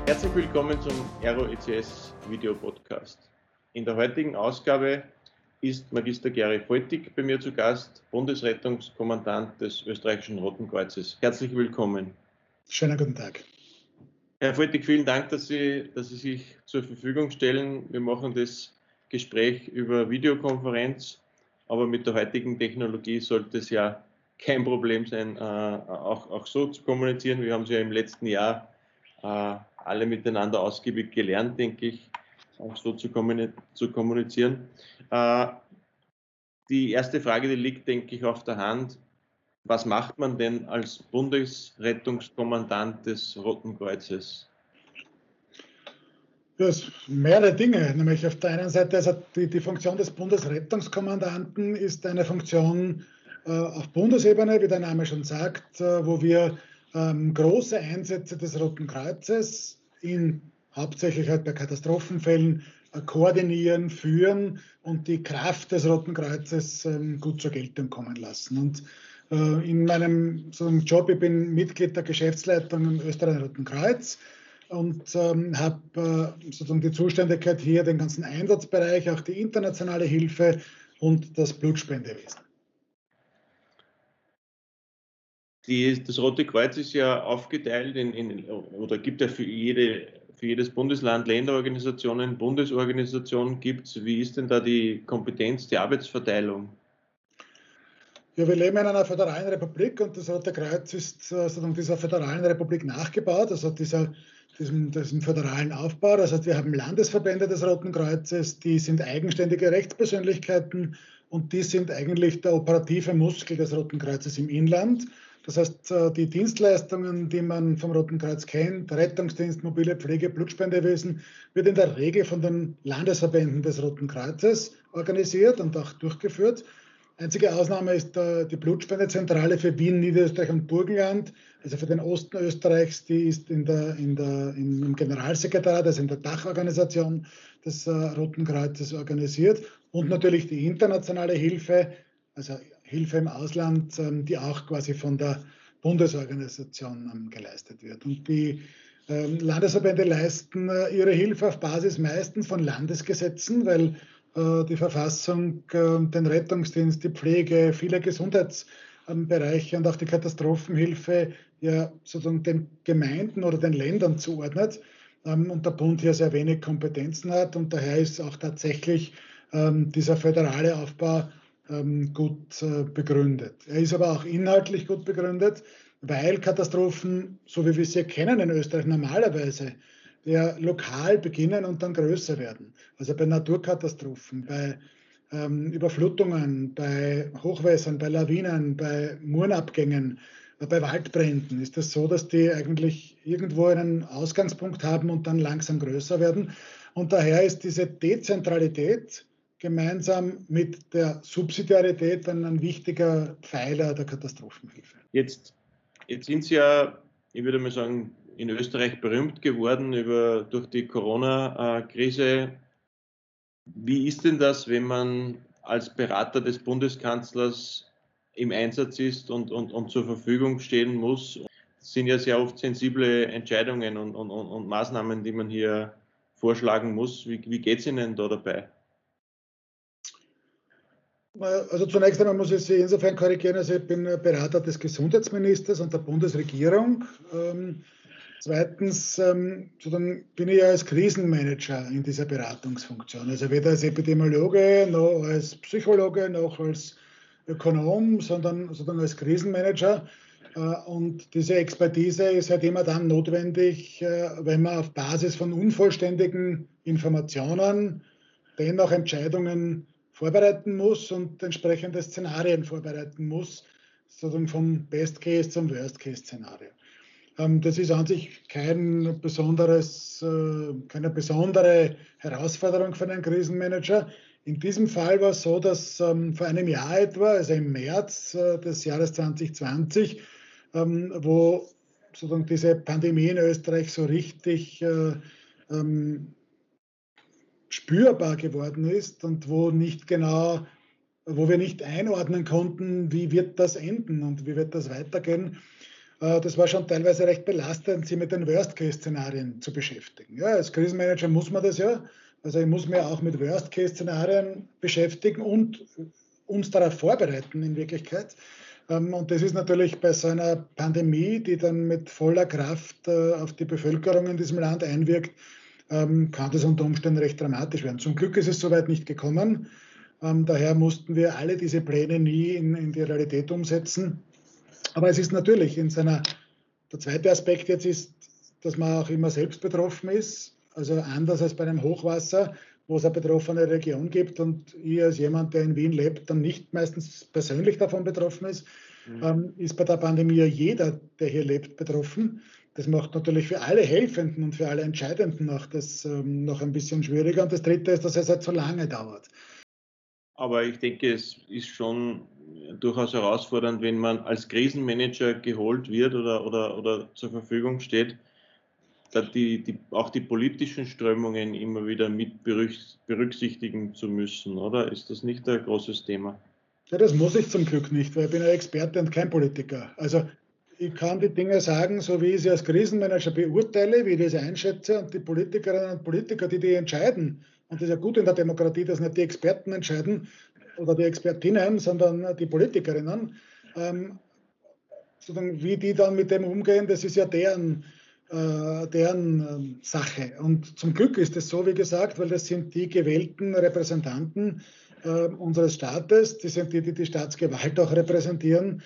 Herzlich willkommen zum Aero ECS Video Podcast. In der heutigen Ausgabe ist Magister Gary Voltig bei mir zu Gast, Bundesrettungskommandant des Österreichischen Roten Kreuzes. Herzlich willkommen. Schönen guten Tag. Herr Voltig, vielen Dank, dass Sie sich zur Verfügung stellen. Wir machen das Gespräch über Videokonferenz, aber mit der heutigen Technologie sollte es ja kein Problem sein, auch so zu kommunizieren. Wir haben es ja im letzten Jahr alle miteinander ausgiebig gelernt, denke ich, auch so zu kommunizieren. Die erste Frage, die liegt, denke ich, auf der Hand. Was macht man denn als Bundesrettungskommandant des Roten Kreuzes? Ja, mehrere Dinge. Nämlich auf der einen Seite, also die Funktion des Bundesrettungskommandanten ist eine Funktion auf Bundesebene, wie der Name schon sagt, wo wir große Einsätze des Roten Kreuzes hauptsächlich halt bei Katastrophenfällen koordinieren, führen und die Kraft des Roten Kreuzes gut zur Geltung kommen lassen. Und in meinem Job, ich bin Mitglied der Geschäftsleitung im Österreichischen Roten Kreuz und habe sozusagen die Zuständigkeit hier, den ganzen Einsatzbereich, auch die internationale Hilfe und das Blutspendewesen. Das Rote Kreuz ist ja aufgeteilt oder gibt ja für jedes Bundesland Länderorganisationen, Bundesorganisationen gibt es. Wie ist denn da die Kompetenz, die Arbeitsverteilung? Ja, wir leben in einer föderalen Republik und das Rote Kreuz ist sozusagen dieser föderalen Republik nachgebaut, also diesem föderalen Aufbau. Das heißt, wir haben Landesverbände des Roten Kreuzes, die sind eigenständige Rechtspersönlichkeiten und die sind eigentlich der operative Muskel des Roten Kreuzes im Inland. Das heißt, die Dienstleistungen, die man vom Roten Kreuz kennt, Rettungsdienst, mobile Pflege, Blutspendewesen, wird in der Regel von den Landesverbänden des Roten Kreuzes organisiert und auch durchgeführt. Einzige Ausnahme ist die Blutspendezentrale für Wien, Niederösterreich und Burgenland, also für den Osten Österreichs, die ist im Generalsekretariat, also in der Dachorganisation des Roten Kreuzes organisiert und natürlich die internationale Hilfe, also Hilfe im Ausland, die auch quasi von der Bundesorganisation geleistet wird. Und die Landesverbände leisten ihre Hilfe auf Basis meistens von Landesgesetzen, weil die Verfassung, den Rettungsdienst, die Pflege, viele Gesundheitsbereiche und auch die Katastrophenhilfe ja sozusagen den Gemeinden oder den Ländern zuordnet und der Bund hier sehr wenig Kompetenzen hat und daher ist auch tatsächlich dieser föderale Aufbau gut begründet. Er ist aber auch inhaltlich gut begründet, weil Katastrophen, so wie wir sie kennen in Österreich normalerweise, ja lokal beginnen und dann größer werden. Also bei Naturkatastrophen, bei Überflutungen, bei Hochwässern, bei Lawinen, bei Murenabgängen, bei Waldbränden ist es so, dass die eigentlich irgendwo einen Ausgangspunkt haben und dann langsam größer werden. Und daher ist diese Dezentralität gemeinsam mit der Subsidiarität ein wichtiger Pfeiler der Katastrophenhilfe. Jetzt sind Sie ja, ich würde mal sagen, in Österreich berühmt geworden durch die Corona-Krise. Wie ist denn das, wenn man als Berater des Bundeskanzlers im Einsatz ist und zur Verfügung stehen muss? Das sind ja sehr oft sensible Entscheidungen und Maßnahmen, die man hier vorschlagen muss. Wie geht es Ihnen da dabei? Also zunächst einmal muss ich Sie insofern korrigieren, also ich bin Berater des Gesundheitsministers und der Bundesregierung. Zweitens bin ich ja als Krisenmanager in dieser Beratungsfunktion, also weder als Epidemiologe noch als Psychologe noch als Ökonom, sondern sozusagen als Krisenmanager. Und diese Expertise ist halt immer dann notwendig, wenn man auf Basis von unvollständigen Informationen dennoch Entscheidungen vorbereiten muss und entsprechende Szenarien vorbereiten muss, sozusagen vom Best-Case zum Worst-Case-Szenario. Das ist an sich keine besondere Herausforderung für einen Krisenmanager. In diesem Fall war es so, dass vor einem Jahr etwa, also im März des Jahres 2020, wo sozusagen diese Pandemie in Österreich so richtig spürbar geworden ist und wo wir nicht einordnen konnten, wie wird das enden und wie wird das weitergehen, Das war schon teilweise recht belastend, sich mit den Worst-Case-Szenarien zu beschäftigen. Ja, als Krisenmanager muss man das ja. Also ich muss mich auch mit Worst-Case-Szenarien beschäftigen und uns darauf vorbereiten in Wirklichkeit. Und das ist natürlich bei so einer Pandemie, die dann mit voller Kraft auf die Bevölkerung in diesem Land einwirkt, kann das unter Umständen recht dramatisch werden. Zum Glück ist es soweit nicht gekommen. Daher mussten wir alle diese Pläne nie in die Realität umsetzen. Aber es ist natürlich der zweite Aspekt jetzt ist, dass man auch immer selbst betroffen ist. Also anders als bei einem Hochwasser, wo es eine betroffene Region gibt und ich als jemand, der in Wien lebt, dann nicht meistens persönlich davon betroffen ist, ist bei der Pandemie jeder, der hier lebt, betroffen. Das macht natürlich für alle Helfenden und für alle Entscheidenden auch das noch ein bisschen schwieriger. Und das Dritte ist, dass es halt so lange dauert. Aber ich denke, es ist schon durchaus herausfordernd, wenn man als Krisenmanager geholt wird oder zur Verfügung steht, da auch die politischen Strömungen immer wieder mit berücksichtigen zu müssen, oder? Ist das nicht ein großes Thema? Ja, das muss ich zum Glück nicht, weil ich bin ein Experte und kein Politiker. Also ich kann die Dinge sagen, so wie ich sie als Krisenmanager beurteile, wie ich das einschätze, und die Politikerinnen und Politiker, die entscheiden, und das ist ja gut in der Demokratie, dass nicht die Experten entscheiden oder die Expertinnen, sondern die Politikerinnen, wie die dann mit dem umgehen, das ist ja deren Sache. Und zum Glück ist es so, wie gesagt, weil das sind die gewählten Repräsentanten unseres Staates, die sind die Staatsgewalt auch repräsentieren.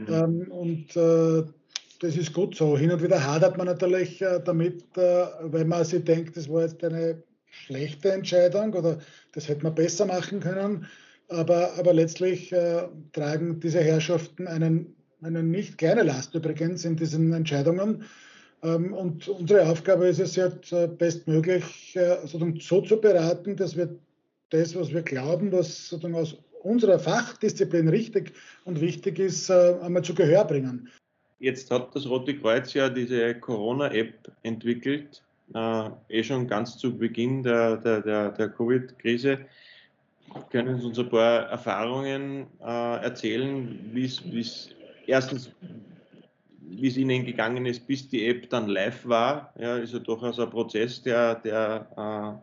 Das ist gut so. Hin und wieder hadert man natürlich damit, wenn man sich denkt, das war jetzt eine schlechte Entscheidung oder das hätte man besser machen können. Aber letztlich tragen diese Herrschaften eine nicht kleine Last übrigens in diesen Entscheidungen. Und unsere Aufgabe ist es jetzt bestmöglich so zu beraten, dass wir das, was wir glauben, was sozusagen aus unserer Fachdisziplin richtig und wichtig ist, einmal zu Gehör bringen. Jetzt hat das Rote Kreuz ja diese Corona-App entwickelt, schon ganz zu Beginn der Covid-Krise. Können Sie uns ein paar Erfahrungen erzählen, wie es Ihnen gegangen ist, bis die App dann live war? Ja, ist ja durchaus ein Prozess, der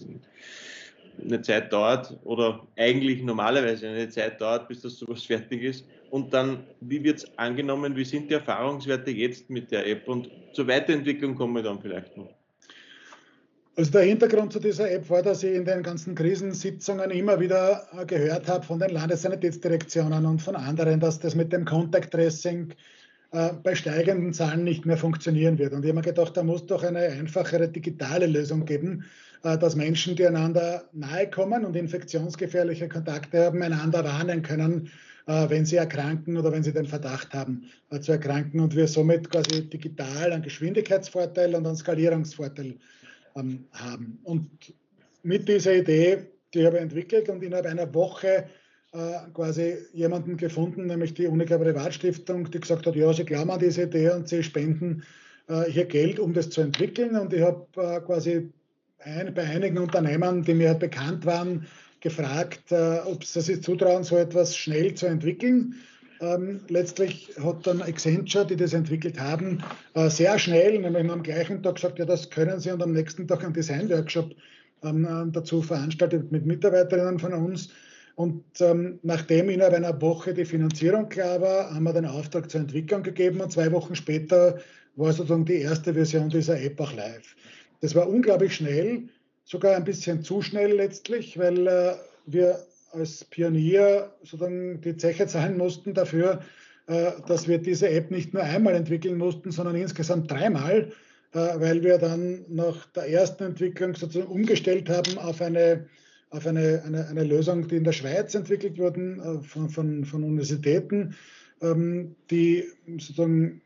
eine Zeit dauert oder eigentlich normalerweise eine Zeit dauert, bis das sowas fertig ist. Und dann, wie wird es angenommen, wie sind die Erfahrungswerte jetzt mit der App und zur Weiterentwicklung kommen wir dann vielleicht noch. Also der Hintergrund zu dieser App war, dass ich in den ganzen Krisensitzungen immer wieder gehört habe von den Landessanitätsdirektionen und von anderen, dass das mit dem Contact Tracing bei steigenden Zahlen nicht mehr funktionieren wird. Und ich habe mir gedacht, da muss doch eine einfachere digitale Lösung geben, dass Menschen, die einander nahe kommen und infektionsgefährliche Kontakte haben, einander warnen können, wenn sie erkranken oder wenn sie den Verdacht haben zu erkranken und wir somit quasi digital einen Geschwindigkeitsvorteil und einen Skalierungsvorteil haben. Und mit dieser Idee, die habe ich entwickelt und innerhalb einer Woche quasi jemanden gefunden, nämlich die Unica Privatstiftung, die gesagt hat, ja, sie glauben an diese Idee und sie spenden hier Geld, um das zu entwickeln. Und ich habe quasi bei einigen Unternehmen, die mir bekannt waren, gefragt, ob sie sich zutrauen, so etwas schnell zu entwickeln. Letztlich hat dann Accenture, die das entwickelt haben, sehr schnell, nämlich am gleichen Tag gesagt, ja, das können sie, und am nächsten Tag einen Design-Workshop dazu veranstaltet mit Mitarbeiterinnen von uns. Und nachdem innerhalb einer Woche die Finanzierung klar war, haben wir den Auftrag zur Entwicklung gegeben und 2 Wochen später war sozusagen die erste Version dieser App auch live. Das war unglaublich schnell, sogar ein bisschen zu schnell letztlich, weil wir als Pionier sozusagen die Zeche zahlen mussten dafür, dass wir diese App nicht nur einmal entwickeln mussten, sondern insgesamt 3-mal, weil wir dann nach der ersten Entwicklung sozusagen umgestellt haben auf eine Lösung, die in der Schweiz entwickelt wurde von Universitäten, die sozusagen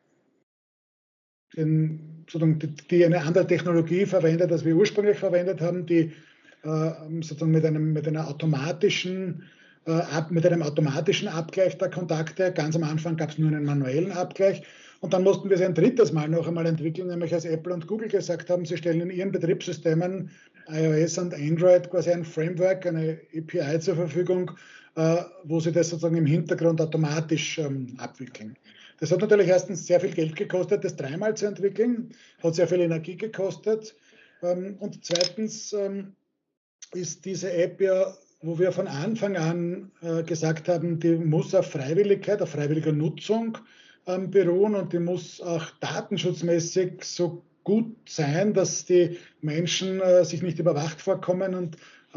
die eine andere Technologie verwendet, als wir ursprünglich verwendet haben, die sozusagen mit einem automatischen Abgleich der Kontakte. Ganz am Anfang gab es nur einen manuellen Abgleich. Und dann mussten wir es ein drittes Mal noch einmal entwickeln, nämlich als Apple und Google gesagt haben, sie stellen in ihren Betriebssystemen iOS und Android quasi ein Framework, eine API zur Verfügung, wo sie das sozusagen im Hintergrund automatisch abwickeln. Das hat natürlich erstens sehr viel Geld gekostet, das dreimal zu entwickeln, hat sehr viel Energie gekostet. Und zweitens ist diese App ja, wo wir von Anfang an gesagt haben, die muss auf Freiwilligkeit, auf freiwilliger Nutzung beruhen und die muss auch datenschutzmäßig so gut sein, dass die Menschen sich nicht überwacht vorkommen und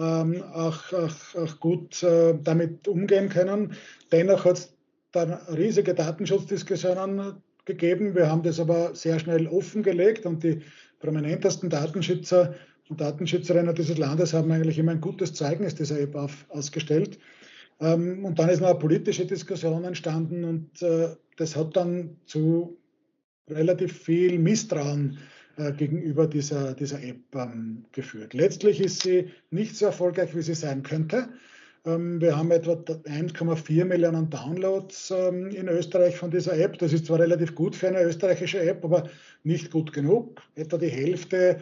auch gut damit umgehen können. Dennoch hat es dann riesige Datenschutzdiskussionen gegeben. Wir haben das aber sehr schnell offengelegt und die prominentesten Datenschützer und Datenschützerinnen dieses Landes haben eigentlich immer ein gutes Zeugnis dieser App ausgestellt. Und dann ist noch eine politische Diskussion entstanden und das hat dann zu relativ viel Misstrauen gegenüber dieser App geführt. Letztlich ist sie nicht so erfolgreich, wie sie sein könnte. Wir haben etwa 1,4 Millionen Downloads in Österreich von dieser App. Das ist zwar relativ gut für eine österreichische App, aber nicht gut genug. Etwa die Hälfte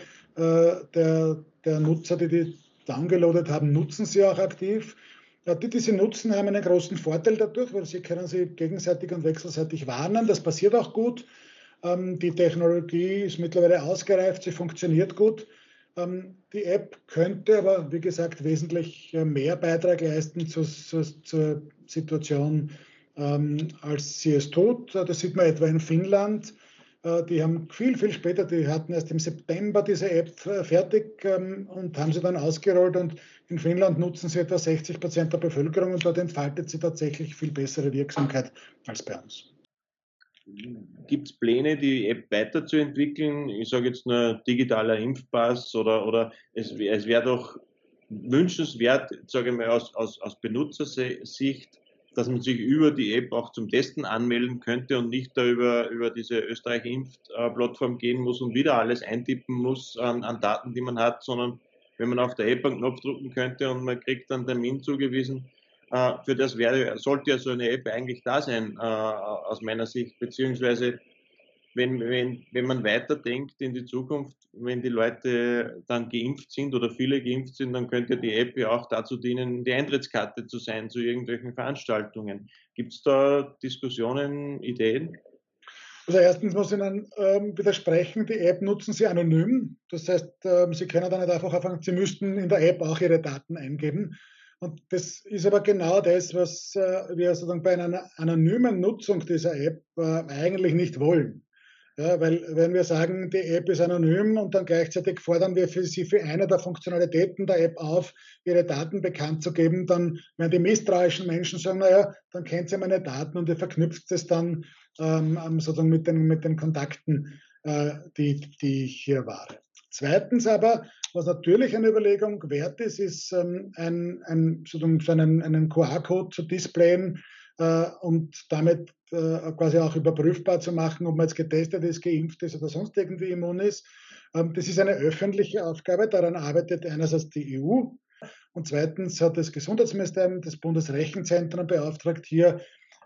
der Nutzer, die downgeloadet haben, nutzen sie auch aktiv. Die sie nutzen, haben einen großen Vorteil dadurch, weil sie können sie gegenseitig und wechselseitig warnen. Das passiert auch gut. Die Technologie ist mittlerweile ausgereift, sie funktioniert gut. Die App könnte aber, wie gesagt, wesentlich mehr Beitrag leisten zur Situation, als sie es tut. Das sieht man etwa in Finnland. Die haben viel, viel später, die hatten erst im September diese App fertig und haben sie dann ausgerollt. Und in Finnland nutzen sie etwa 60% der Bevölkerung und dort entfaltet sie tatsächlich viel bessere Wirksamkeit als bei uns. Gibt es Pläne, die App weiterzuentwickeln? Ich sage jetzt nur digitaler Impfpass oder es wäre doch wünschenswert, sage ich mal, aus Benutzersicht, dass man sich über die App auch zum Testen anmelden könnte und nicht da über diese Österreich-Impft-Plattform gehen muss und wieder alles eintippen muss an Daten, die man hat, sondern wenn man auf der App einen Knopf drücken könnte und man kriegt einen Termin zugewiesen, für das sollte ja so eine App eigentlich da sein, aus meiner Sicht, beziehungsweise wenn man weiterdenkt in die Zukunft, wenn die Leute dann geimpft sind oder viele geimpft sind, dann könnte die App ja auch dazu dienen, die Eintrittskarte zu sein zu irgendwelchen Veranstaltungen. Gibt es da Diskussionen, Ideen? Also erstens muss ich Ihnen widersprechen, die App nutzen Sie anonym. Das heißt, Sie können dann nicht einfach anfangen, Sie müssten in der App auch Ihre Daten eingeben. Und das ist aber genau das, was wir sozusagen bei einer anonymen Nutzung dieser App eigentlich nicht wollen. Ja, weil wenn wir sagen, die App ist anonym und dann gleichzeitig fordern wir Sie für eine der Funktionalitäten der App auf, Ihre Daten bekannt zu geben, dann werden die misstrauischen Menschen sagen, naja, dann kennt sie meine Daten und ihr verknüpft es dann sozusagen mit den Kontakten, die ich hier wahre. Zweitens aber, was natürlich eine Überlegung wert ist, ist sozusagen so einen QR-Code zu displayen, und damit quasi auch überprüfbar zu machen, ob man jetzt getestet ist, geimpft ist oder sonst irgendwie immun ist. Das ist eine öffentliche Aufgabe, daran arbeitet einerseits die EU und zweitens hat das Gesundheitsministerium, das Bundesrechenzentrum beauftragt, hier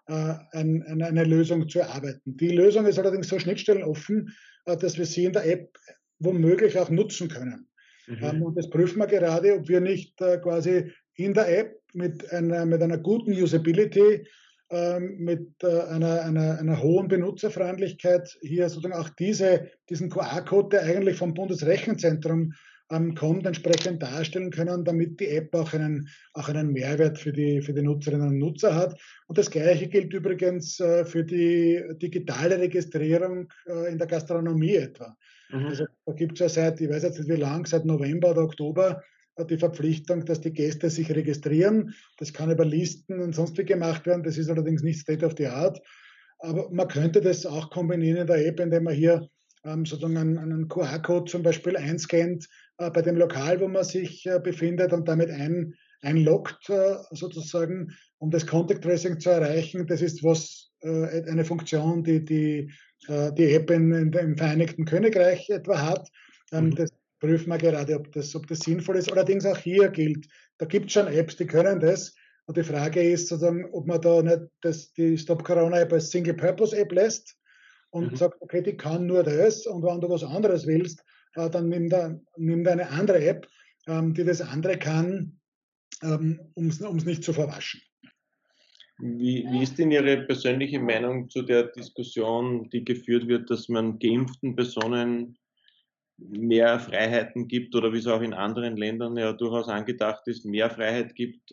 eine Lösung zu erarbeiten. Die Lösung ist allerdings so schnittstellenoffen, dass wir sie in der App womöglich auch nutzen können. Und das prüfen wir gerade, ob wir nicht quasi in der App mit einer guten Usability, mit einer hohen Benutzerfreundlichkeit hier sozusagen auch diesen QR-Code, der eigentlich vom Bundesrechenzentrum kommt, entsprechend darstellen können, damit die App auch einen Mehrwert für die Nutzerinnen und Nutzer hat. Und das Gleiche gilt übrigens für die digitale Registrierung in der Gastronomie etwa. Also, da gibt es ja seit, ich weiß jetzt nicht wie lang, seit November oder Oktober die Verpflichtung, dass die Gäste sich registrieren. Das kann über Listen und sonst wie gemacht werden. Das ist allerdings nicht State of the Art. Aber man könnte das auch kombinieren in der App, indem man hier sozusagen einen QR-Code zum Beispiel einscannt bei dem Lokal, wo man sich befindet und damit einloggt sozusagen, um das Contact Tracing zu erreichen. Das ist eine Funktion, die App im Vereinigten Königreich etwa hat. Das prüfen wir gerade, ob das sinnvoll ist. Allerdings auch hier gilt, da gibt es schon Apps, die können das. Und die Frage ist sozusagen, ob man da nicht die Stop Corona App als Single-Purpose-App lässt und sagt, okay, die kann nur das und wenn du was anderes willst, dann nimm eine andere App, die das andere kann, um es nicht zu verwaschen. Wie ist denn Ihre persönliche Meinung zu der Diskussion, die geführt wird, dass man geimpften Personen mehr Freiheiten gibt oder wie es auch in anderen Ländern ja durchaus angedacht ist, mehr Freiheit gibt,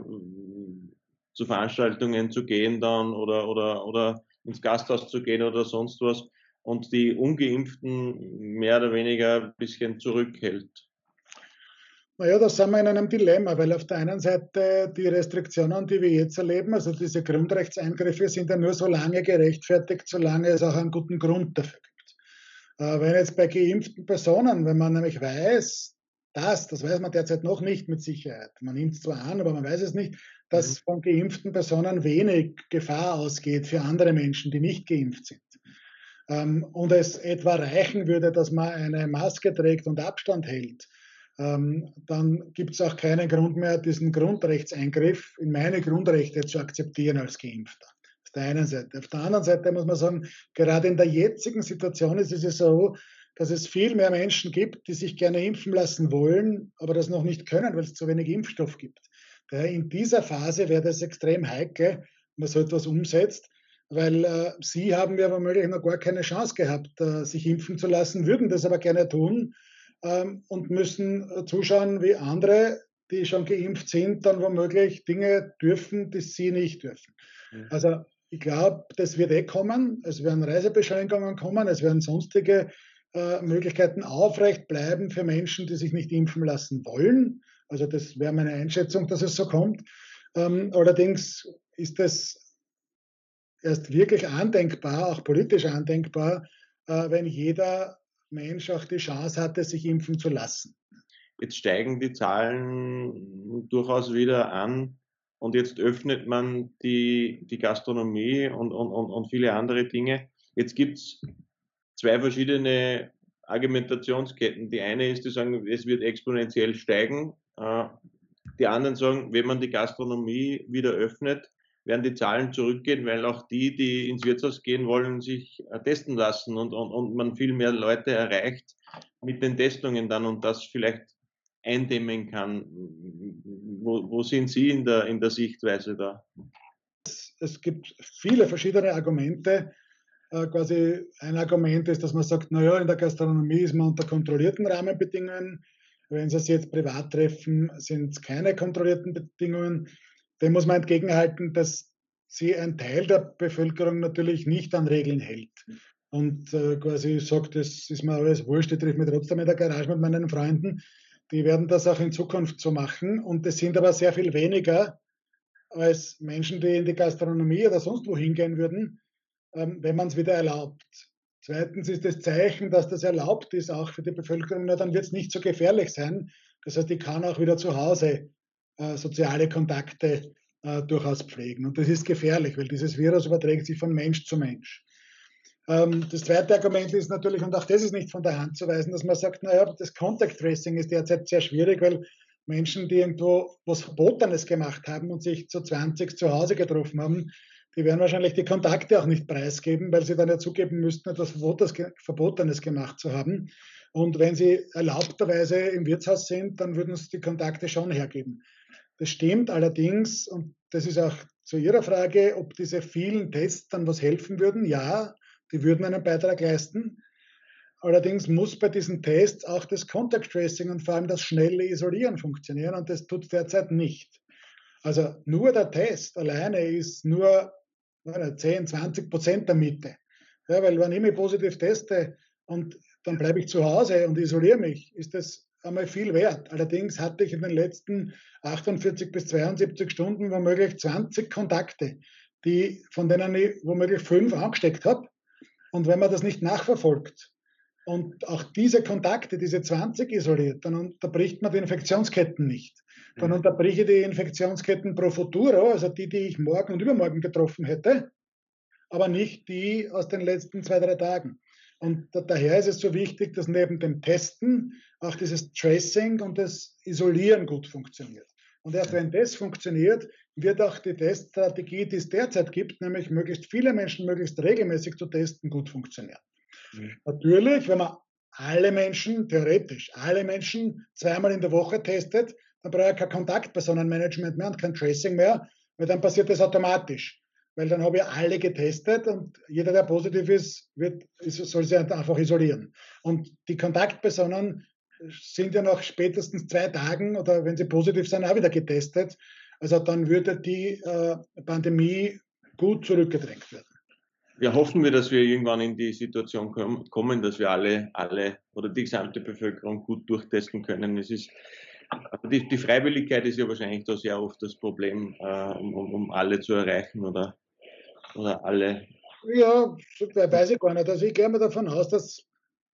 zu Veranstaltungen zu gehen dann oder ins Gasthaus zu gehen oder sonst was und die Ungeimpften mehr oder weniger ein bisschen zurückhält? Naja, da sind wir in einem Dilemma, weil auf der einen Seite die Restriktionen, die wir jetzt erleben, also diese Grundrechtseingriffe, sind ja nur so lange gerechtfertigt, solange es auch einen guten Grund dafür gibt. Wenn jetzt bei geimpften Personen, wenn man nämlich weiß, das weiß man derzeit noch nicht mit Sicherheit, man nimmt es zwar an, aber man weiß es nicht, Mhm. dass von geimpften Personen wenig Gefahr ausgeht für andere Menschen, die nicht geimpft sind. Und es etwa reichen würde, dass man eine Maske trägt und Abstand hält, dann gibt es auch keinen Grund mehr, diesen Grundrechtseingriff in meine Grundrechte zu akzeptieren als Geimpfter. Auf der einen Seite. Auf der anderen Seite muss man sagen, gerade in der jetzigen Situation ist es ja so, dass es viel mehr Menschen gibt, die sich gerne impfen lassen wollen, aber das noch nicht können, weil es zu wenig Impfstoff gibt. Daher in dieser Phase wäre das extrem heikel, wenn man so etwas umsetzt, weil Sie haben ja womöglich noch gar keine Chance gehabt, sich impfen zu lassen, würden das aber gerne tun und müssen zuschauen, wie andere, die schon geimpft sind, dann womöglich Dinge dürfen, die sie nicht dürfen. Mhm. Also ich glaube, das wird kommen. Es werden Reisebeschränkungen kommen, es werden sonstige Möglichkeiten aufrecht bleiben für Menschen, die sich nicht impfen lassen wollen. Also das wäre meine Einschätzung, dass es so kommt. Allerdings ist es erst wirklich andenkbar, auch politisch andenkbar, wenn jeder Mensch auch die Chance hatte, sich impfen zu lassen. Jetzt steigen die Zahlen durchaus wieder an und jetzt öffnet man die Gastronomie und viele andere Dinge. Jetzt gibt es zwei verschiedene Argumentationsketten. Die eine ist, die sagen, es wird exponentiell steigen. Die anderen sagen, wenn man die Gastronomie wieder öffnet, werden die Zahlen zurückgehen, weil auch die ins Wirtshaus gehen wollen, sich testen lassen und man viel mehr Leute erreicht mit den Testungen dann und das vielleicht eindämmen kann. Wo sind Sie in der Sichtweise da? Es gibt viele verschiedene Argumente. Quasi ein Argument ist, dass man sagt, naja, in der Gastronomie ist man unter kontrollierten Rahmenbedingungen. Wenn Sie es jetzt privat treffen, sind es keine kontrollierten Bedingungen. Dem muss man entgegenhalten, dass sie ein Teil der Bevölkerung natürlich nicht an Regeln hält. Und quasi sagt, das ist mir alles wurscht, ich treffe mich trotzdem in der Garage mit meinen Freunden. Die werden das auch in Zukunft so machen. Und es sind aber sehr viel weniger als Menschen, die in die Gastronomie oder sonst wo hingehen würden, wenn man es wieder erlaubt. Zweitens ist das Zeichen, dass das erlaubt ist, auch für die Bevölkerung, na, dann wird es nicht so gefährlich sein. Das heißt, ich kann auch wieder zu Hause soziale Kontakte durchaus pflegen. Und das ist gefährlich, weil dieses Virus überträgt sich von Mensch zu Mensch. Das zweite Argument ist natürlich, und auch das ist nicht von der Hand zu weisen, dass man sagt, naja, das Contact Tracing ist derzeit sehr schwierig, weil Menschen, die irgendwo was Verbotenes gemacht haben und sich zu 20 zu Hause getroffen haben, die werden wahrscheinlich die Kontakte auch nicht preisgeben, weil sie dann ja zugeben müssten, etwas Verbotenes gemacht zu haben. Und wenn sie erlaubterweise im Wirtshaus sind, dann würden sie die Kontakte schon hergeben. Das stimmt allerdings, und das ist auch zu Ihrer Frage, ob diese vielen Tests dann was helfen würden. Ja, die würden einen Beitrag leisten. Allerdings muss bei diesen Tests auch das Contact Tracing und vor allem das schnelle Isolieren funktionieren und das tut derzeit nicht. Also nur der Test alleine ist nur 10, 20% der Miete. Ja, weil wenn ich mich positiv teste und dann bleibe ich zu Hause und isoliere mich, ist das einmal viel wert. Allerdings hatte ich in den letzten 48 bis 72 Stunden womöglich 20 Kontakte, von denen ich womöglich 5 angesteckt habe. Und wenn man das nicht nachverfolgt und auch diese Kontakte, diese 20 isoliert, dann unterbricht man die Infektionsketten nicht. Dann unterbriche ich die Infektionsketten pro futuro, also die ich morgen und übermorgen getroffen hätte, aber nicht die aus den letzten 2, 3 Tagen. Und daher ist es so wichtig, dass neben dem Testen auch dieses Tracing und das Isolieren gut funktioniert. Und erst wenn das funktioniert, wird auch die Teststrategie, die es derzeit gibt, nämlich möglichst viele Menschen möglichst regelmäßig zu testen, gut funktionieren. Natürlich, wenn man alle Menschen, theoretisch alle Menschen zweimal in der Woche testet, dann brauche ich kein Kontaktpersonenmanagement mehr und kein Tracing mehr. weil dann passiert das automatisch. Weil dann habe ich alle getestet und jeder, der positiv ist, soll sich einfach isolieren. Und die Kontaktpersonen sind ja nach spätestens 2 Tagen oder wenn sie positiv sind, auch wieder getestet. Also dann würde die Pandemie gut zurückgedrängt werden. Ja, hoffen wir, dass wir irgendwann in die Situation kommen, dass wir alle oder die gesamte Bevölkerung gut durchtesten können. Die Freiwilligkeit ist ja wahrscheinlich da sehr oft das Problem, um alle zu erreichen oder alle. Ja, weiß ich gar nicht. Also ich gehe mal davon aus, dass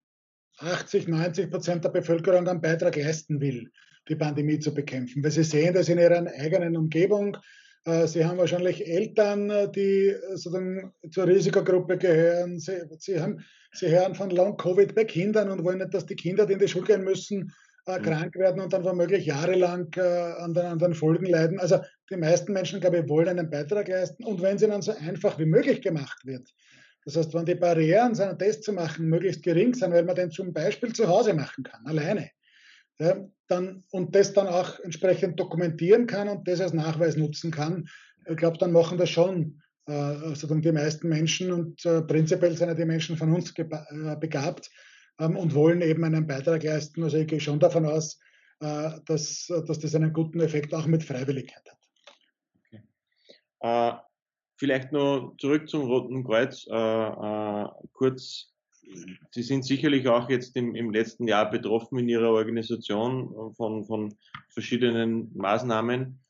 80-90% der Bevölkerung einen Beitrag leisten will, die Pandemie zu bekämpfen. Weil sie sehen das in ihrer eigenen Umgebung. Sie haben wahrscheinlich Eltern, die sozusagen zur Risikogruppe gehören. Sie hören von Long-Covid bei Kindern und wollen nicht, dass die Kinder, die in die Schule gehen müssen, krank werden und dann womöglich jahrelang an den Folgen leiden. Also die meisten Menschen, glaube ich, wollen einen Beitrag leisten. Und wenn es ihnen so einfach wie möglich gemacht wird, das heißt, wenn die Barrieren, seinen Test zu machen, möglichst gering sind, weil man den zum Beispiel zu Hause machen kann, alleine, ja, und das dann auch entsprechend dokumentieren kann und das als Nachweis nutzen kann, ich glaube, dann machen das schon die meisten Menschen und prinzipiell sind ja die Menschen von uns begabt und wollen eben einen Beitrag leisten. Also ich gehe schon davon aus, dass das einen guten Effekt auch mit Freiwilligkeit hat. Okay. Vielleicht noch zurück zum Roten Kreuz. Kurz, Sie sind sicherlich auch jetzt im letzten Jahr betroffen in Ihrer Organisation von verschiedenen Maßnahmen.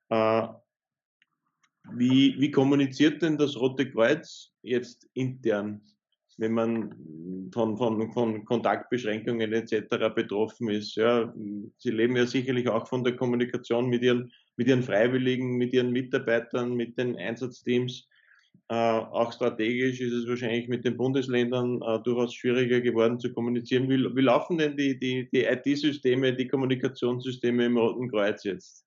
Wie kommuniziert denn das Rote Kreuz jetzt intern, wenn man von Kontaktbeschränkungen etc. betroffen ist? Ja, Sie leben ja sicherlich auch von der Kommunikation mit Ihren Freiwilligen, mit Ihren Mitarbeitern, mit den Einsatzteams. Auch strategisch ist es wahrscheinlich mit den Bundesländern durchaus schwieriger geworden zu kommunizieren. Wie laufen denn die IT-Systeme, die Kommunikationssysteme im Roten Kreuz jetzt?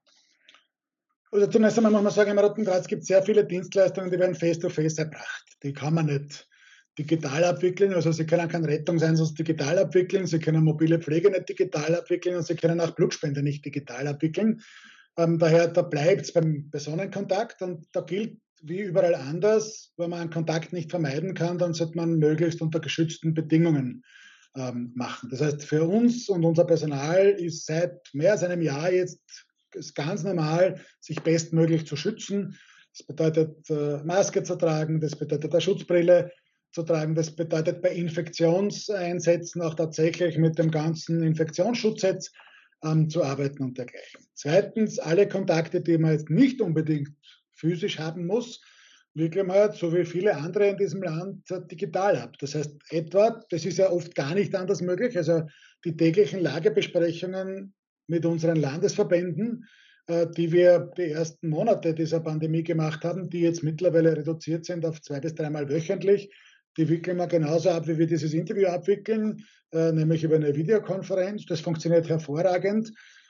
Also zunächst einmal muss man sagen, im Roten Kreuz gibt es sehr viele Dienstleistungen, die werden face-to-face erbracht. Die kann man nicht digital abwickeln. Also Sie können keinen Rettungseinsatz digital abwickeln, Sie können mobile Pflege nicht digital abwickeln und Sie können auch Blutspende nicht digital abwickeln. Daher, da bleibt es beim Personenkontakt und da gilt wie überall anders, wenn man einen Kontakt nicht vermeiden kann, dann sollte man möglichst unter geschützten Bedingungen machen. Das heißt, für uns und unser Personal ist seit mehr als einem Jahr jetzt ist ganz normal, sich bestmöglich zu schützen. Das bedeutet, Maske zu tragen, das bedeutet, eine Schutzbrille zu tragen, das bedeutet, bei Infektionseinsätzen auch tatsächlich mit dem ganzen Infektionsschutzsetz zu arbeiten und dergleichen. Zweitens, alle Kontakte, die man jetzt nicht unbedingt physisch haben muss, wickeln wir, so wie viele andere in diesem Land, digital ab. Das heißt, das ist ja oft gar nicht anders möglich, also die täglichen Lagebesprechungen mit unseren Landesverbänden, die wir die ersten Monate dieser Pandemie gemacht haben, die jetzt mittlerweile reduziert sind auf 2- bis 3-mal wöchentlich. Die wickeln wir genauso ab, wie wir dieses Interview abwickeln, nämlich über eine Videokonferenz. Das funktioniert hervorragend,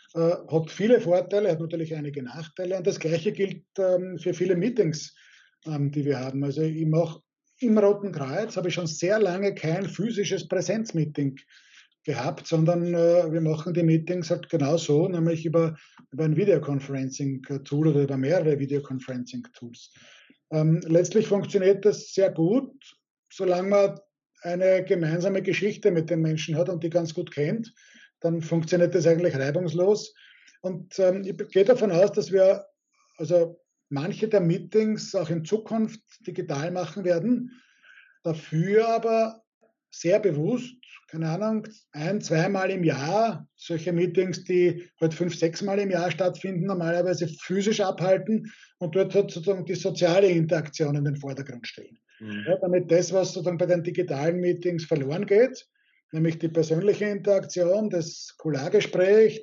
hat viele Vorteile, hat natürlich einige Nachteile. Und das Gleiche gilt für viele Meetings, die wir haben. Also ich mache im Roten Kreuz, habe ich schon sehr lange kein physisches Präsenzmeeting gehabt, sondern wir machen die Meetings halt genau so, nämlich über ein Videoconferencing-Tool oder über mehrere Videoconferencing-Tools. Letztlich funktioniert das sehr gut, solange man eine gemeinsame Geschichte mit den Menschen hat und die ganz gut kennt, dann funktioniert das eigentlich reibungslos. Und ich gehe davon aus, dass wir also manche der Meetings auch in Zukunft digital machen werden, dafür aber sehr bewusst, keine Ahnung, 1-, 2-mal im Jahr solche Meetings, die halt 5-, 6-mal im Jahr stattfinden, normalerweise physisch abhalten und dort halt sozusagen die soziale Interaktion in den Vordergrund stellen. Ja, damit das, was sozusagen bei den digitalen Meetings verloren geht, nämlich die persönliche Interaktion, das Kulargespräch,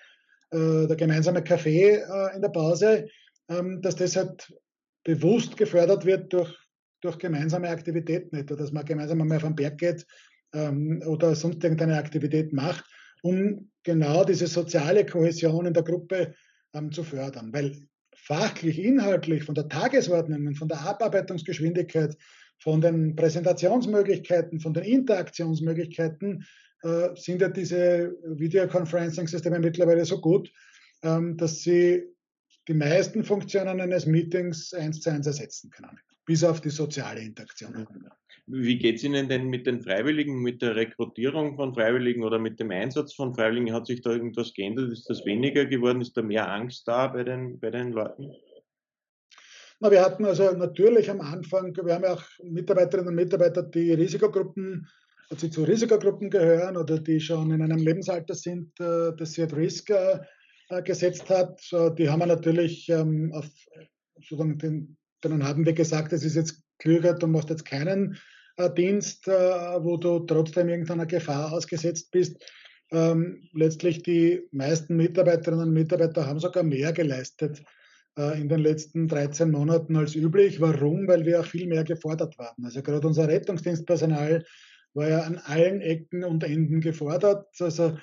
der gemeinsame Kaffee in der Pause, dass das halt bewusst gefördert wird durch gemeinsame Aktivitäten, etwa dass man gemeinsam einmal auf den Berg geht oder sonst irgendeine Aktivität macht, um genau diese soziale Kohäsion in der Gruppe zu fördern. Weil fachlich, inhaltlich, von der Tagesordnung und von der Abarbeitungsgeschwindigkeit, von den Präsentationsmöglichkeiten, von den Interaktionsmöglichkeiten sind ja diese Videoconferencing-Systeme mittlerweile so gut, dass sie die meisten Funktionen eines Meetings 1:1 ersetzen können, bis auf die soziale Interaktion. Wie geht es Ihnen denn mit den Freiwilligen, mit der Rekrutierung von Freiwilligen oder mit dem Einsatz von Freiwilligen? Hat sich da irgendwas geändert? Ist das weniger geworden? Ist da mehr Angst da bei den Leuten? Na, wir hatten also natürlich am Anfang, wir haben ja auch Mitarbeiterinnen und Mitarbeiter, die Risikogruppen, also zu Risikogruppen gehören oder die schon in einem Lebensalter sind, das sie at risk gesetzt hat. Die haben wir natürlich auf sozusagen denen haben wir gesagt, es ist jetzt klüger, du machst jetzt keinen Dienst, wo du trotzdem irgendeiner Gefahr ausgesetzt bist. Letztlich die meisten Mitarbeiterinnen und Mitarbeiter haben sogar mehr geleistet in den letzten 13 Monaten als üblich. Warum? Weil wir auch viel mehr gefordert waren. Also gerade unser Rettungsdienstpersonal war ja an allen Ecken und Enden gefordert. Also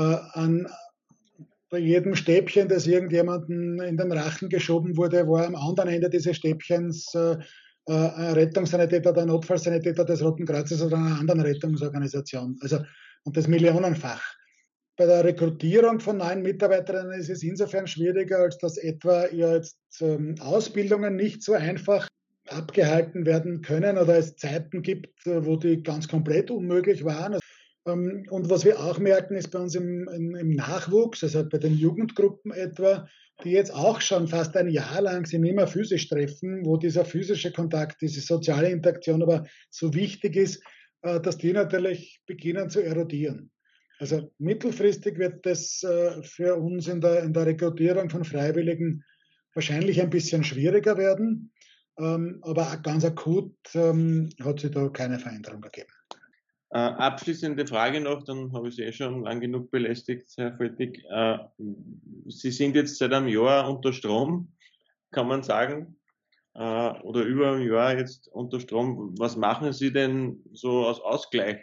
bei jedem Stäbchen, das irgendjemanden in den Rachen geschoben wurde, war am anderen Ende dieses Stäbchens ein Rettungssanitäter, der Notfallsanitäter des Roten Kreuzes oder einer anderen Rettungsorganisation. Also, und das millionenfach. Bei der Rekrutierung von neuen Mitarbeiterinnen ist es insofern schwieriger, als dass etwa jetzt Ausbildungen nicht so einfach abgehalten werden können oder es Zeiten gibt, wo die ganz komplett unmöglich waren. Und was wir auch merken, ist bei uns im Nachwuchs, also bei den Jugendgruppen etwa, die jetzt auch schon fast ein Jahr lang sich nicht mehr physisch treffen, wo dieser physische Kontakt, diese soziale Interaktion aber so wichtig ist, dass die natürlich beginnen zu erodieren. Also mittelfristig wird das für uns in der Rekrutierung von Freiwilligen wahrscheinlich ein bisschen schwieriger werden, aber ganz akut hat sich da keine Veränderung ergeben. Abschließende Frage noch, dann habe ich Sie schon lang genug belästigt, Herr Voltig. Sie sind jetzt seit einem Jahr unter Strom, kann man sagen, oder über ein Jahr jetzt unter Strom. Was machen Sie denn so als Ausgleich?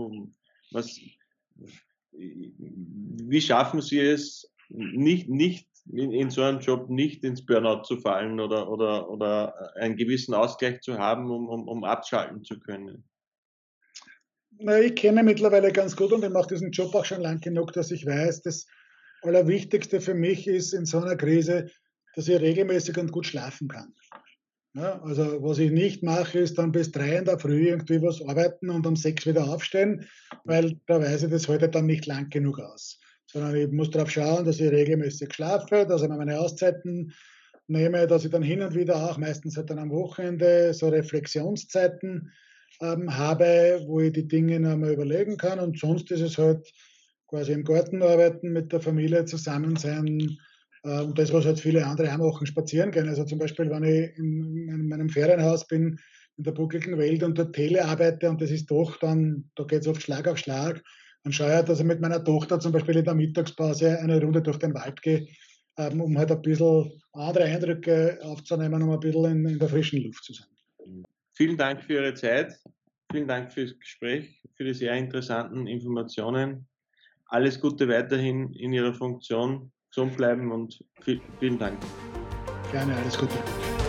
Wie schaffen Sie es, nicht in so einem Job nicht ins Burnout zu fallen oder einen gewissen Ausgleich zu haben, um abschalten zu können? Na, ich kenne mittlerweile ganz gut und ich mache diesen Job auch schon lang genug, dass ich weiß, das Allerwichtigste für mich ist in so einer Krise, dass ich regelmäßig und gut schlafen kann. Ja, also was ich nicht mache, ist dann bis 3 in der Früh irgendwie was arbeiten und um 6 wieder aufstehen, weil da weiß ich, das haltet dann nicht lang genug aus. Sondern ich muss darauf schauen, dass ich regelmäßig schlafe, dass ich mir meine Auszeiten nehme, dass ich dann hin und wieder auch, meistens halt dann am Wochenende, so Reflexionszeiten habe, wo ich die Dinge noch einmal überlegen kann. Und sonst ist es halt quasi im Garten arbeiten, mit der Familie zusammen sein. Und das, was halt viele andere auch machen, spazieren gehen. Also zum Beispiel, wenn ich in meinem Ferienhaus bin, in der buckligen Welt und dort Tele arbeite und das ist doch dann, da geht es oft Schlag auf Schlag, dann schaue ich, dass ich mit meiner Tochter zum Beispiel in der Mittagspause eine Runde durch den Wald gehe, um halt ein bisschen andere Eindrücke aufzunehmen, um ein bisschen in der frischen Luft zu sein. Vielen Dank für Ihre Zeit, vielen Dank fürs Gespräch, für die sehr interessanten Informationen. Alles Gute weiterhin in Ihrer Funktion, gesund bleiben und vielen Dank. Gerne, alles Gute.